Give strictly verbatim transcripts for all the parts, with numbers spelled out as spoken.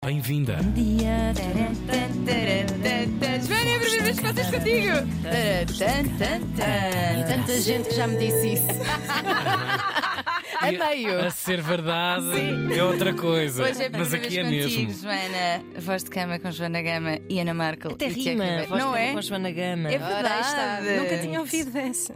Bem-vinda. Bom dia. Joana, é a primeira vez que faço isto contigo. E tanta gente que já me disse isso. A meio. A ser verdade Sim. é outra coisa. Hoje é a Mas primeira aqui é vez contigo, mesmo. Joana. Voz de cama com Joana Gama e Ana Markel. Até e Tiago rima, Ribeiro. voz Não de é? com Joana Gama. É Ora, aí está. verdade. Nunca tinha ouvido essa.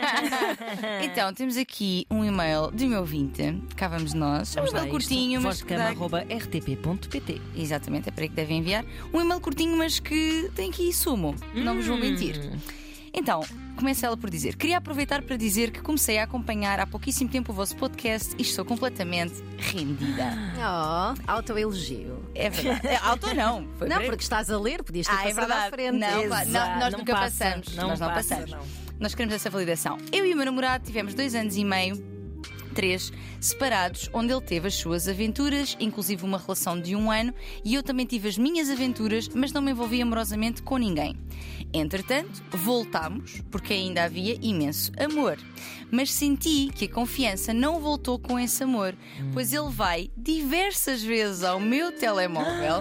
Então, temos aqui um e-mail de meu ouvinte. Cá vamos nós. Um Vamos lá e-mail a isto. curtinho, mas voz de que cama dá... arroba r t p ponto p t. Exatamente, é para aí que devem enviar. Um e-mail curtinho, mas que tem aqui sumo. Não vos vou mentir. Então, começa ela por dizer: queria aproveitar para dizer que comecei a acompanhar há pouquíssimo tempo o vosso podcast e estou completamente rendida. Oh, autoelogio. É verdade. É, auto não. Foi Não, breve. porque estás a ler, podias ter Ah, é passado à verdade. frente. Não, Exato. claro, não, nós Não nunca passa, passamos. não nós não passa, passamos. não. Nós queremos essa validação. Eu e o meu namorado tivemos dois anos e meio, três, separados, onde ele teve as suas aventuras, inclusive uma relação de um ano, e eu também tive as minhas aventuras, mas não me envolvi amorosamente com ninguém. Entretanto, voltámos, porque ainda havia imenso amor. Mas senti que a confiança não voltou com esse amor, pois ele vai diversas vezes ao meu telemóvel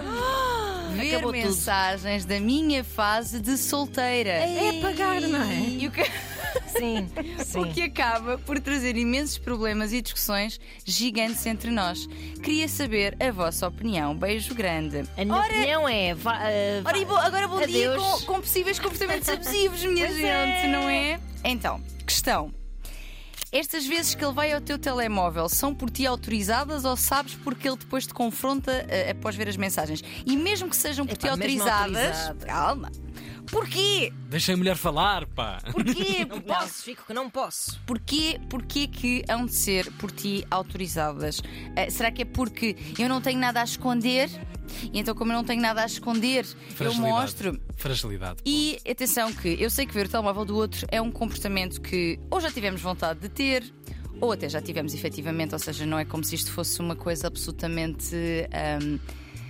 ver Acabou tudo. mensagens da minha fase de solteira. É pagar, não é? E o que... Sim, sim. O que acaba por trazer imensos problemas e discussões gigantes entre nós. Queria saber a vossa opinião. Beijo grande. A minha opinião é. vá- ah, vá- Ora, e bo- agora bom dia Adeus. com, com possíveis comportamentos abusivos, minha Pois gente, é. não é? Então, questão. Estas vezes que ele vai ao teu telemóvel são por ti autorizadas ou sabes porque ele depois te confronta uh, após ver as mensagens? E mesmo que sejam por Epá, ti mesmo autorizadas, autorizada. calma. Porquê? Deixa a mulher falar, pá. Porquê? Não posso, fico que não posso. Porquê, porquê que hão de ser por ti autorizadas? Uh, será que é porque eu não tenho nada a esconder? E então, como eu não tenho nada a esconder, eu Fragilidade. mostro. Fragilidade. E atenção que eu sei que ver o telemóvel do outro é um comportamento que ou já tivemos vontade de ter, ou até já tivemos efetivamente, ou seja, não é como se isto fosse uma coisa absolutamente hum,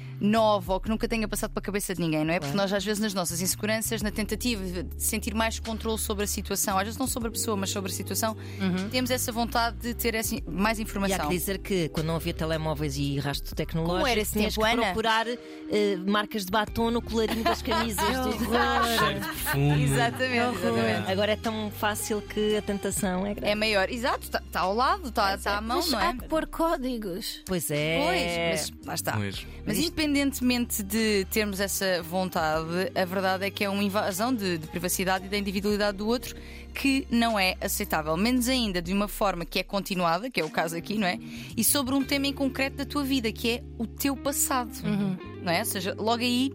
nova ou que nunca tenha passado pela cabeça de ninguém, não é? Porque nós às vezes nas nossas inseguranças, na tentativa de sentir mais controle sobre a situação, às vezes não sobre a pessoa, mas sobre a situação, temos essa vontade de ter essa, mais E há informação. que dizer que quando não havia telemóveis e rastro tecnológico, Como era esse tinhas tempo, que Ana? procurar eh, marcas de batom no colarinho das camisas. tudo. Cheiro de perfume. Exatamente, exatamente. Agora é tão fácil que a tentação é grande. É maior, exato, está tá ao lado, está tá à mão, Mas não é? há que pôr códigos. Pois é. Pois, mas lá está. Pois. Mas independentemente de termos essa vontade, a verdade é que é uma invasão de, de privacidade e da individualidade do outro que não é aceitável. Menos ainda de uma forma que é continuada, que é o caso aqui, não é? E sobre um tema em concreto da tua vida, que é o teu passado. Não é? Ou seja, logo aí.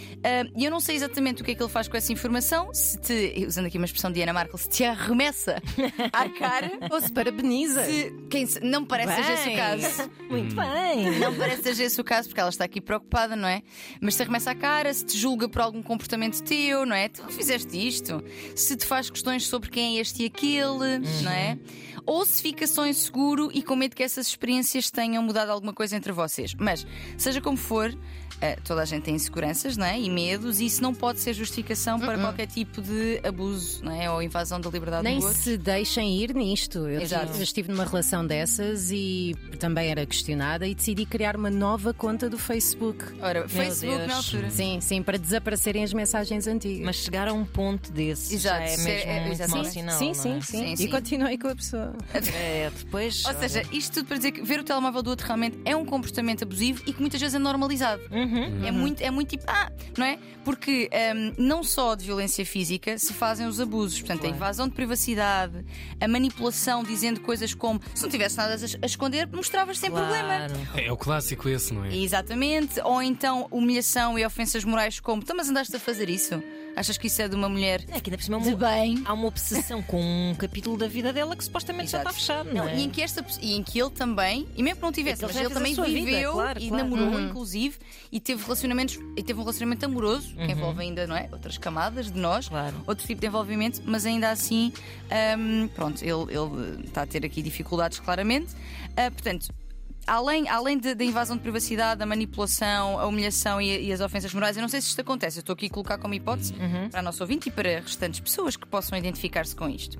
E eu não sei exatamente o que é que ele faz com essa informação, se te, usando aqui uma expressão de Ana Markel, se te arremessa à cara Ou se parabeniza. se, quem, se- não me parece seja esse o caso. Muito bem. Não parece seja esse o caso, porque ela está aqui preocupada, não é? Mas se arremessa a cara, se te julga por algum comportamento teu, não é? Tu fizeste isto. Se te faz questões sobre quem é este e aquele, não é? Ou se fica só inseguro e com medo que essas experiências tenham mudado alguma coisa entre vocês. Mas, seja como for, eh, toda a gente tem inseguranças, não é? E medos, e isso não pode ser justificação para qualquer tipo de abuso, não é? Ou invasão da liberdade Nem do outro. se deixem ir nisto. Eu Exato. tive, eu estive numa relação dessas e também era questionada e decidi criar uma nova conta do Facebook. Ora, Facebook Deus. na altura. Sim, sim, para desaparecerem as mensagens antigas. Mas chegar a um ponto desse Exato, já é isso mesmo é- é- muito exatamente. mau sinal. sim, não sim, é? sim, Sim, E sim. continuei com a pessoa. É, depois. Ou seja, isto tudo para dizer que ver o telemóvel do outro realmente é um comportamento abusivo e que muitas vezes é normalizado. É, muito, é muito tipo, ah, não é? Porque hum, não só de violência física se fazem os abusos, portanto, a invasão de privacidade, a manipulação dizendo coisas como se não tivesse nada a a esconder, mostravas sem problema. Claro. É, é o clássico esse, não é? Exatamente, ou então humilhação e ofensas morais como então, mas andaste a fazer isso? Achas que isso é de uma mulher É que ainda por cima é de uma- bem? há uma obsessão com um capítulo da vida dela que supostamente já está Exato. fechado, Não, não é? e, em que esta, pe- e em que ele também, e mesmo que não tivesse, É que ele mas já ele fez a também sua vida, viveu claro, e claro. namorou, inclusive, e teve relacionamentos, e teve um relacionamento amoroso, que envolve ainda, não é? Outras camadas de nós, Claro. outro tipo de envolvimento, mas ainda assim, hum, pronto, ele, ele está a ter aqui dificuldades, claramente. Ah, portanto. Além, além de- da invasão de privacidade, da manipulação, a humilhação e, e as ofensas morais, eu não sei se isto acontece. Eu estou aqui a colocar como hipótese para a nossa ouvinte e para restantes pessoas que possam identificar-se com isto.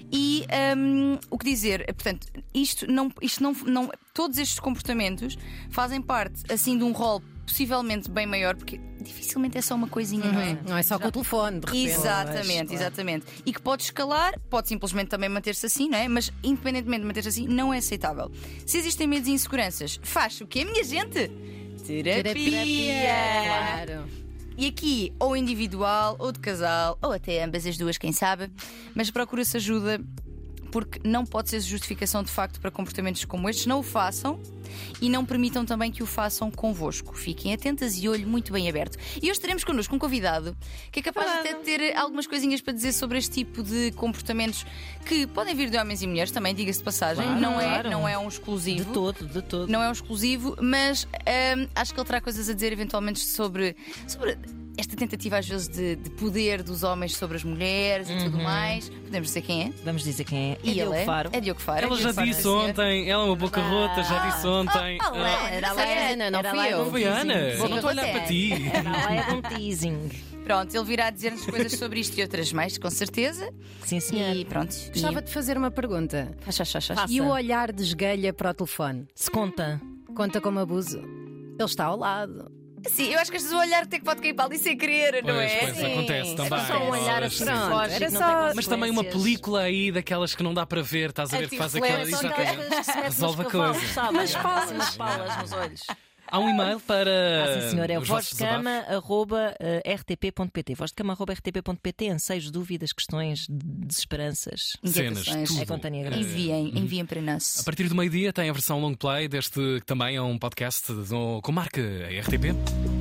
E hum, o que dizer? Portanto, isto não, isto não, não, todos estes comportamentos fazem parte assim de um rol possivelmente bem maior, porque dificilmente é só uma coisinha, não é? Não é só com o telefone, de repente. Exatamente, Claro. exatamente. E que pode escalar, pode simplesmente também manter-se assim, não é? Mas independentemente de manter-se assim, não é aceitável. Se existem medos e inseguranças, faz o quê, minha gente? Terapia! Claro. E aqui, ou individual, ou de casal, ou até ambas as duas, quem sabe, mas procura-se ajuda, porque não pode ser justificação de facto para comportamentos como estes. Não o façam e não permitam também que o façam convosco. Fiquem atentas e olho muito bem aberto. E hoje teremos connosco um convidado que é capaz até de ter algumas coisinhas para dizer sobre este tipo de comportamentos que podem vir de homens e mulheres também, diga-se de passagem. Claro, não, é, claro. não é um exclusivo. De todo, de todo. Não é um exclusivo, mas hum, acho que ele terá coisas a dizer eventualmente sobre, sobre esta tentativa às vezes de, de poder dos homens sobre as mulheres e tudo mais. Podemos dizer quem é? Vamos dizer quem é. E É Diogo ele é? Faro. É Diogo Faro. Ela é já Diogo Faro, disse sim, senhor. ontem, ela é uma boca rota, já disse ontem. Oh, oh, Ah, era Foi lá, a Ana, não Era fui lá, eu. Foi a Ana, Sim, não estou a olhar você para é. ti. Não é um teasing. Pronto, ele virá dizer-nos coisas sobre isto e outras mais, com certeza. Sim, senhor. E pronto. Gostava de fazer uma pergunta. Faz, faz, faz, faz. Faça. E o olhar de esguelha para o telefone? Se conta. Conta como abuso? Ele está ao lado. Sim, eu acho que as pessoas vão olhar até que pode cair para ali sem querer, não Pois, é? pois, Sim. acontece também. É só um olhar assim, Sim. lógico, Era não só- tem Mas também uma consequências. película aí daquelas que não dá para ver, estás a ver? Que faz aquela. São aquelas Exatamente. coisas que se metem Resolve nos a cavalos, coisa. sabe? Umas palas. Umas palas nos olhos. Há um e-mail para. Ah, sim, senhor, é os vossos desabafos. vozdecama arroba r t p ponto p t. vozdecama arroba r t p ponto p t. Anseios, dúvidas, questões, desesperanças. Cenas, Inquietações. tudo. É contaninha grande. Enviem, enviem para A nós. partir do meio-dia tem a versão long play deste que também é um podcast do- com marca R T P.